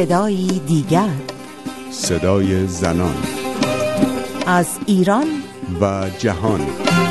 صدایی دیگر، صدای زنان از ایران و جهان.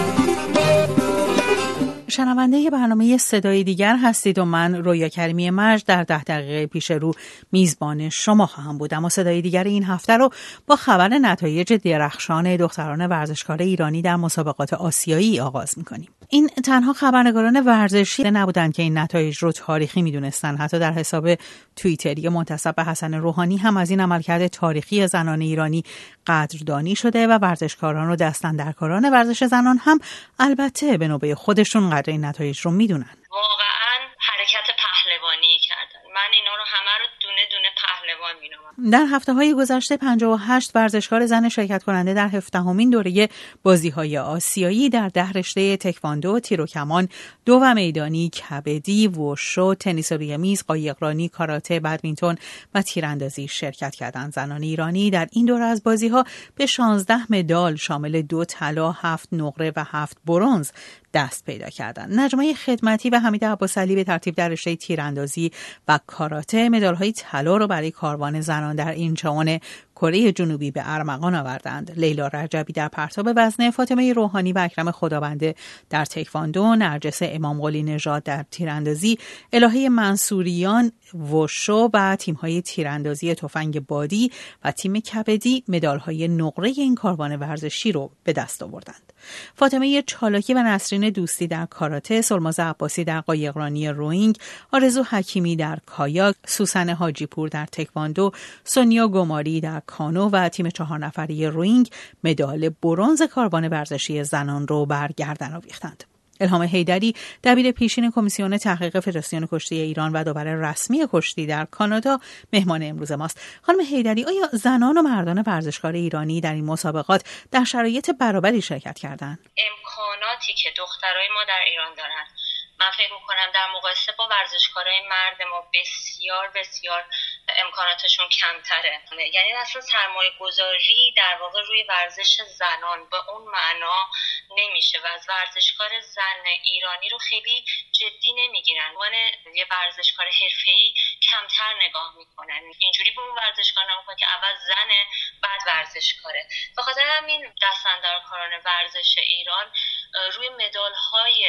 شنونده برنامه صدای دیگر هستید و من رویا کریمی مرج در 10 دقیقه پیش رو میزبان شما خواهم بود. اما صدای دیگر این هفته رو با خبر نتایج درخشان دختران ورزشکار ایرانی در مسابقات آسیایی آغاز می‌کنیم. این تنها خبرنگاران ورزشی نبودند که این نتایج رو تاریخی می‌دونستند. حتی در حساب توییتری منتسب به حسن روحانی هم از این عملکرد تاریخی زنان ایرانی قدردانی شده و ورزشکاران و دست‌اندرکاران ورزش زنان هم البته به نوبه خودشون قدر این نتایج رو میدونن. واقعاً حرکت پهلوانی کردن. من اینا رو همه رو دونه دونه پهلوان می‌نامم. در هفته‌های گذشته 58 ورزشکار زن شرکت کننده در 17مین دوره بازی‌های آسیایی در 10 رشته تکواندو، تیر و کمان، دو و میدانی، کبدی، وشو، تنیس روی میز، قایقرانی، کاراته، بدمینتون و تیراندازی شرکت کردند. زنان ایرانی در این دوره از بازی‌ها به 16 مدال شامل 2 طلا، 7 نقره و 7 برنز دست پیدا کردند. نجمه خدمتی و حمید عباسعلی به ترتیب در رشته تیراندازی و کاراته مدال‌های طلا را برای کاروان زنان در اینچون کره جنوبی به ارمغان آوردند. لیلا رجبی در پرتاب وزنه، فاطمه روحانی و اکرم خدابنده در تکواندو، نرجس امامقلی نژاد در تیراندازی، الهه منصوریان وشو و تیم‌های تیراندازی تفنگ بادی و تیم کبدی مدال‌های نقره این کاروان ورزشی رو به دست آوردند. فاطمه چالاکی و نسرین دوستی در کاراته، سلماز عباسی در قایقرانی روینگ، آرزو حکیمی در کایاک، سوسن حاجی پور در تکواندو، سونیا گماری در کانو و تیم 4 نفری روینگ مدال برنز کاروان ورزشی زنان رو بر گردن آویختند. الهام حیدری دبیر پیشین کمیسیون تحقیق فدراسیون کشتی ایران و داور رسمی کشتی در کانادا مهمان امروز ماست. خانم حیدری، آیا زنان و مردان ورزشکار ایرانی در این مسابقات در شرایط برابری شرکت کردند؟ امکاناتی که دخترای ما در ایران دارن، من فکر میکنم در مقایسه با ورزشکارای مرد ما بسیار بسیار امکاناتشون کمتره. یعنی اصلا سرمایه گذاری در واقع روی ورزش زنان به اون معنا نمیشه و از ورزشکار زن ایرانی رو خیلی جدی نمیگیرن. عنوان یه ورزشکار حرفه‌ای کمتر نگاه میکنن. اینجوری به اون ورزشکار نگاه میکنن که اول زنه بعد ورزشکاره. به خاطر همین دست‌اندرکاران ورزش ایران روی مدال‌های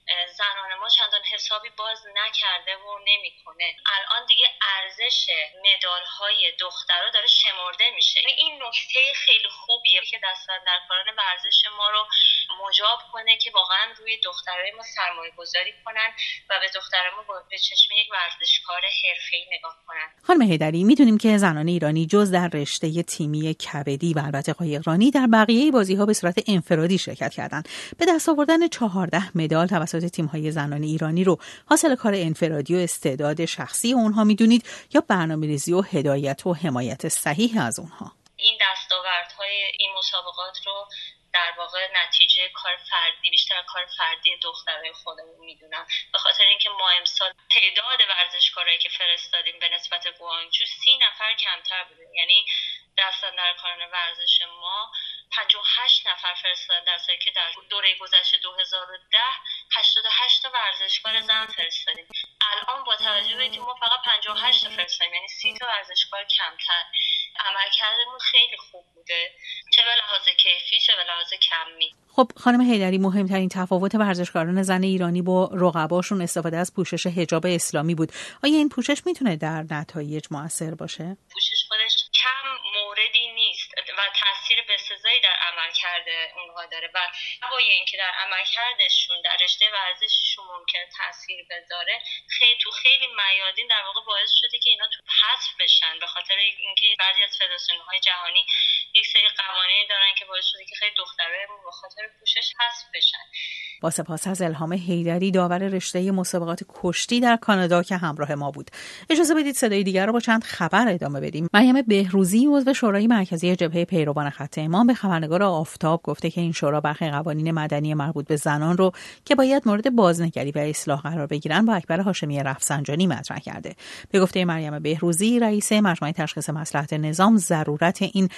زنان ما چندان حسابی باز نکرده و نمیکنه. الان دیگه ارزش مدال‌های دخترها داره شمرده میشه. این نکته خیلی خوبیه که دست‌اندرکاران ورزش ما رو مجاب کنه که واقعا روی دخترای ما سرمایه گذاری کنن و به دختر ما به چشم یک ورزشکار حرفه‌ای نگاه کنن. خانم حیدری، میدونیم که زنان ایرانی جز در رشته تیمی کبدی و البته قایقرانی در بقیه بازی‌ها به صورت انفرادی شرکت کردند. به دست آوردن 14 مدال توسط تیم‌های زنان ایرانی رو حاصل کار انفرادی و استعداد شخصی اونها میدونید یا برنامه‌ریزی و هدایت و حمایت صحیح از اونها؟ این دستاوردهای این مسابقات رو در واقع نتیجه کار فردی، بیشتر کار فردی دخترای خودمون میدونم. به خاطر اینکه ما امسال تعداد ورزشکارایی که فرستادیم به نسبت گوانجو 30 نفر کمتر بوده. یعنی دست‌اندرکاران ورزش ما 58 نفر فرستادن، در حالی که در دوره گذشته 2010 88 تا ورزشکار زن فرستادیم. الان با توجه به اینکه ما فقط 58 تا فرستادیم، یعنی 30 تا ورزشکار کمتر، عملکردمون خیلی خوب بوده، چه به لحاظ کیفی چه به لحاظ کمی. خب خانم حیدری، مهمترین تفاوت ورزشکاران زن ایرانی با رقباشون استفاده از پوشش حجاب اسلامی بود. آیا این پوشش میتونه در نتایج مؤثر باشه؟ پوشش خودش کم موردی نیست و تاثیر بسزایی در عملکرد اونها داره و علاوه اینکه در عملکردشون در رشته ورزششون ممکنه تاثیر بذاره، خیلی میادین در واقع باعث شده که اینا تو حذف بشن، به خاطر اینکه بعضی از فدراسیون‌های جهانی یک سری قوانینی دارن که باعث شده که خیلی دخترایمون به خاطر پوشش حذف بشن. با سپاس از الهام حیدری، داور رشته مسابقات کشتی در کانادا که همراه ما بود. اجازه بدید صدای دیگر رو با چند خبر ادامه بدیم. مریم بهروزی، عضو شورای مرکزی جبهه پیروان خط امام، به خبرنگار آفتاب گفته که این شورا برخی قوانین مدنی مربوط به زنان رو که باید مورد بازنگری و اصلاح قرار بگیرن با اکبر هاشمی رفسنجانی مطرح کرده. به گفته مریم بهروزی، رئیس مجمع تشخیص مصلحت نظام، ضرورت این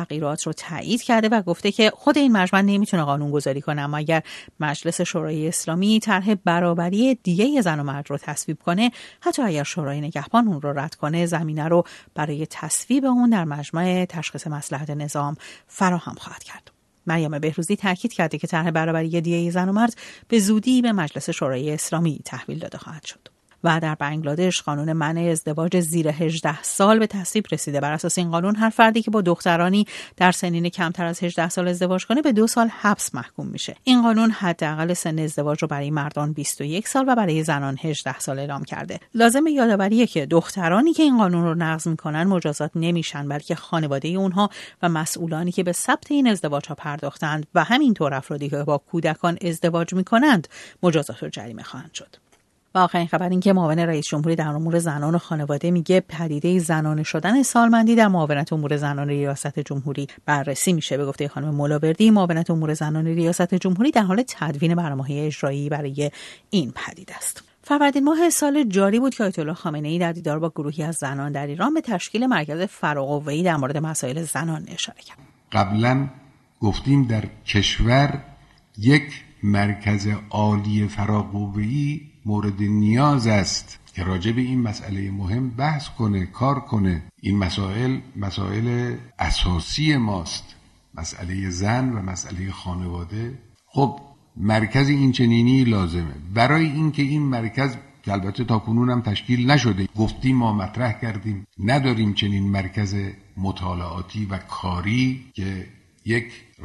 تغییرات رو تایید کرده و گفته که خود این مجمع نمیتونه قانون گذاری کنه، اما اگر مجلس شورای اسلامی طرح برابری دیگه زن و مرد رو تصویب کنه، حتی اگر شورای نگهبان اون رو رد کنه، زمینه رو برای تصویب اون در مجمع تشخیص مصلحت نظام فراهم خواهد کرد. مریم بهروزی تاکید کرده که طرح برابری دیه زن و مرد به زودی به مجلس شورای اسلامی تحویل داده خواهد شد. و در بنگلادش قانون منع ازدواج زیر 18 سال به تصویب رسیده. بر اساس این قانون هر فردی که با دخترانی در سنین کمتر از 18 سال ازدواج کنه به 2 سال حبس محکوم میشه. این قانون حداقل سن ازدواج رو برای مردان 21 سال و برای زنان 18 سال اعلام کرده. لازم یادآوریه که دخترانی که این قانون رو نقض میکنن مجازات نمیشن، بلکه خانواده اونها و مسئولانی که به ثبت این ازدواج‌ها پرداختند و همینطور افرادی که با کودکان ازدواج میکنند مجازات و جریمه خواهند شد. و آخرین خبر این که معاون رئیس جمهوری در امور زنان و خانواده میگه پدیده زنانه شدن سالمندی در معاونت امور زنان ریاست جمهوری بررسی میشه. به گفته خانم مولاوردی، معاونت امور زنان ریاست جمهوری در حال تدوین برنامه‌های اجرایی برای این پدیده است. فروردین ماه سال جاری بود که آیت الله خامنه‌ای در دیدار با گروهی از زنان در ایران به تشکیل مرکز فراقوه‌ای در مورد مسائل زنان اشاره کرد. قبلا گفتیم در کشور یک مرکز عالی فراقوه‌ای مورد نیاز است که راجع به این مسئله مهم بحث کنه، کار کنه. این مسائل اساسی ماست، مسئله زن و مسئله خانواده. خب مرکز این چنینی لازمه. برای اینکه این مرکز که البته تا کنون هم تشکیل نشده، گفتیم ما مطرح کردیم نداریم چنین مرکز مطالعاتی و کاری که یک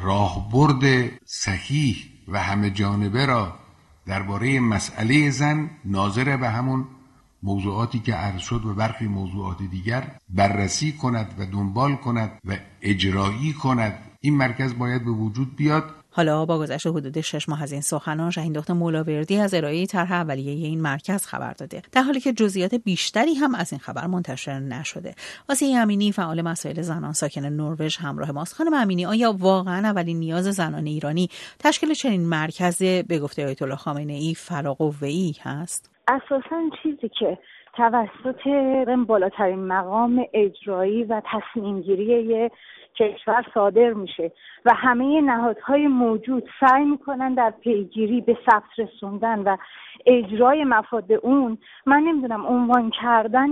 راهبرد صحیح و همه جانبه را درباره مسئله زن ناظر به همون موضوعاتی که عرض شد و برخی موضوعات دیگر بررسی کند و دنبال کند و اجرایی کند. این مرکز باید به وجود بیاد. حالا با گذشت حدود 6 ماه از این سخنان، شهیندخت مولاوردی از ارائه طرح اولیه این مرکز خبر داده، در حالی که جزئیات بیشتری هم از این خبر منتشر نشده. آسیه امینی، فعال مسائل زنان ساکن نروژ، همراه ماست. خانم امینی، آیا واقعا اولین نیاز زنان ایرانی تشکیل چنین مرکز به گفته آیت الله خامنه‌ای فراقوه‌ای هست؟ اساساً چیزی که توسط بالاترین مقام اجرایی و تصمیم گیری کشور صادر میشه و همه نهادهای موجود سعی میکنن در پیگیری به ثبت رسوندن و اجرای مفاد اون، من نمیدونم عنوان کردن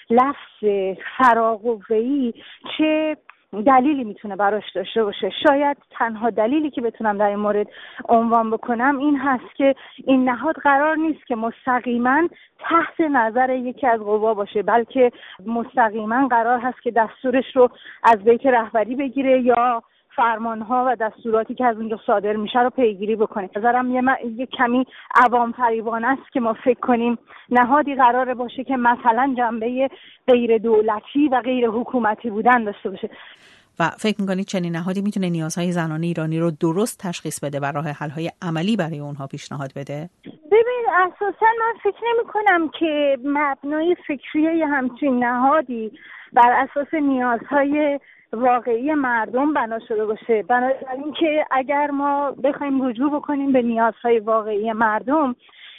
لفظ فراقوه‌ای چه دلیلی میتونه براش داشته باشه. شاید تنها دلیلی که بتونم در این مورد عنوان بکنم این هست که این نهاد قرار نیست که مستقیما تحت نظر یکی از قوا باشه، بلکه مستقیما قرار هست که دستورش رو از بیت رهبری بگیره یا فرمانها و دستوراتی که از اونجا صادر میشه رو پیگیری بکنه. نظرم یه کمی عوام فریبانه است که ما فکر کنیم نهادی قراره باشه که مثلا جنبه غیر دولتی و غیر حکومتی بودن داشته باشه. و فکر میکنید چنین نهادی میتونه نیازهای زنان ایرانی رو درست تشخیص بده و راه حل‌های عملی برای اونها پیشنهاد بده؟ ببین، اساسا من فکر نمی‌کنم که مبنای فکری همچین نهادی بر اساس نیازهای واقعی مردم بنا شده باشه. بنابراین که اگر ما بخوایم رجوع بکنیم به نیازهای واقعی مردم،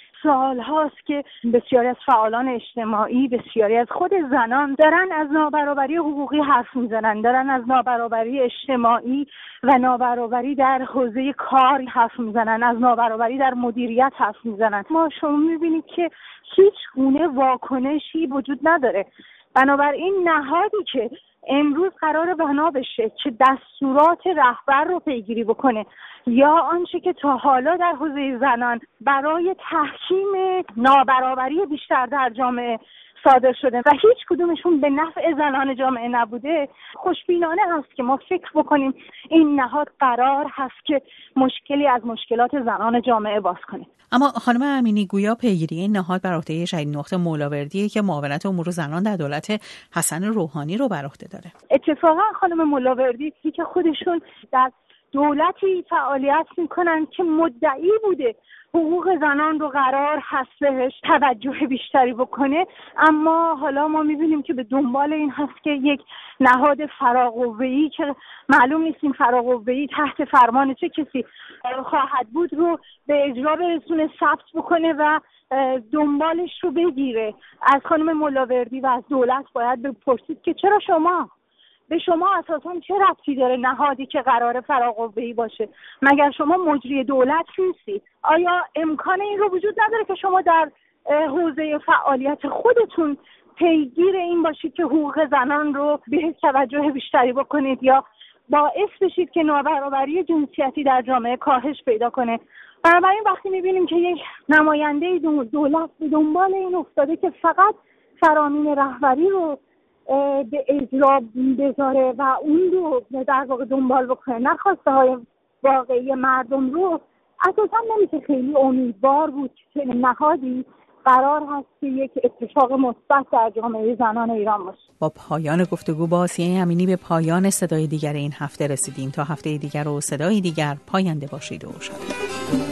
سال هاست که بسیاری از فعالان اجتماعی، بسیاری از خود زنان دارن از نابرابری حقوقی حرف میزنن، دارن از نابرابری اجتماعی و نابرابری در حوزه کار حرف میزنن، از نابرابری در مدیریت حرف میزنن. ما شما میبینید که هیچ گونه واکنشی وجود نداره. بنابراین نهادی که امروز قرار بنا بشه که دستورات رهبر رو پیگیری بکنه یا آنچه که تا حالا در حوزه زنان برای تحکیم نابرابری بیشتر در جامعه صادر شده و هیچ کدومشون به نفع زنان جامعه نبوده، خوشبینانه هست که ما فکر بکنیم این نهاد قرار هست که مشکلی از مشکلات زنان جامعه باز کنه. اما خانم امینی، گویا پیگیری این نهاد بر عهده شهیندخت مولاوردیه که معاونت امور زنان در دولت حسن روحانی رو بر عهده داره. اتفاقا خانم مولاوردی که خودشون در دولتی فعالیت میکنن که مدعی بوده حقوق زنان رو قرار هست بهش توجه بیشتری بکنه، اما حالا ما میبینیم که به دنبال این هست که یک نهاد فراقوه‌ای که معلوم نیست این فراقوه‌ای تحت فرمان چه کسی خواهد بود رو به اجرا برسونه، ثبت بکنه و دنبالش رو بگیره. از خانم مولاوردی و از دولت باید بپرسید که چرا شما به شما اساساً چه ربطی داره نهادی که قرار فراقوه‌ای باشه؟ مگر شما مجری دولت نیستید؟ آیا امکان این رو وجود نداره که شما در حوزه فعالیت خودتون پیگیر این باشید که حقوق زنان رو به توجه بیشتری بکنید یا باعث بشید که نابرابری جنسیتی در جامعه کاهش پیدا کنه؟ بنابراین وقتی می‌بینیم که یک نماینده دولت به دنبال این افتاده که فقط فرامین رهبری رو به اجرا بذاره و اون رو در واقع دنبال بکنه، نه خواسته های واقعی مردم رو، اساسا نمیشه خیلی امیدوار بود که نهادی قرار هست که یک اتفاق مثبت در جامعه زنان ایران باشه. با پایان گفتگو با آسیه امینی به پایان صدای دیگر این هفته رسیدیم. تا هفته دیگر و صدای دیگر، پاینده باشید و شاد.